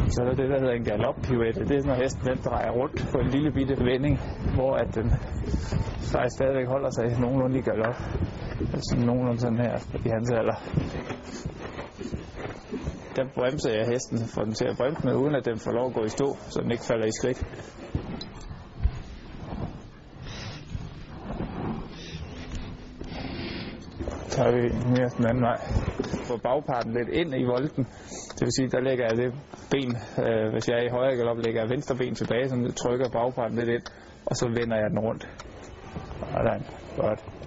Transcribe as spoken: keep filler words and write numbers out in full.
Så er det, der hedder en galop-pirouette. Det er, når hesten den drejer rundt på en lille bitte vending, hvor at den faktisk stadigvæk holder sig nogenlunde i galop. Altså nogenlunde sådan her i hans alder. Der bremser jeg hesten, for den til at bremse med, uden at den får lov at gå i stå, så den ikke falder i skridt. Så tager vi mere den anden vej. Få bagparten lidt ind i volden. Det vil sige, der lægger jeg det ben, øh, hvis jeg er i højre galop, lægger jeg venstre ben tilbage, så trykker bagparten lidt ind, og så vender jeg den rundt. Sådan, godt.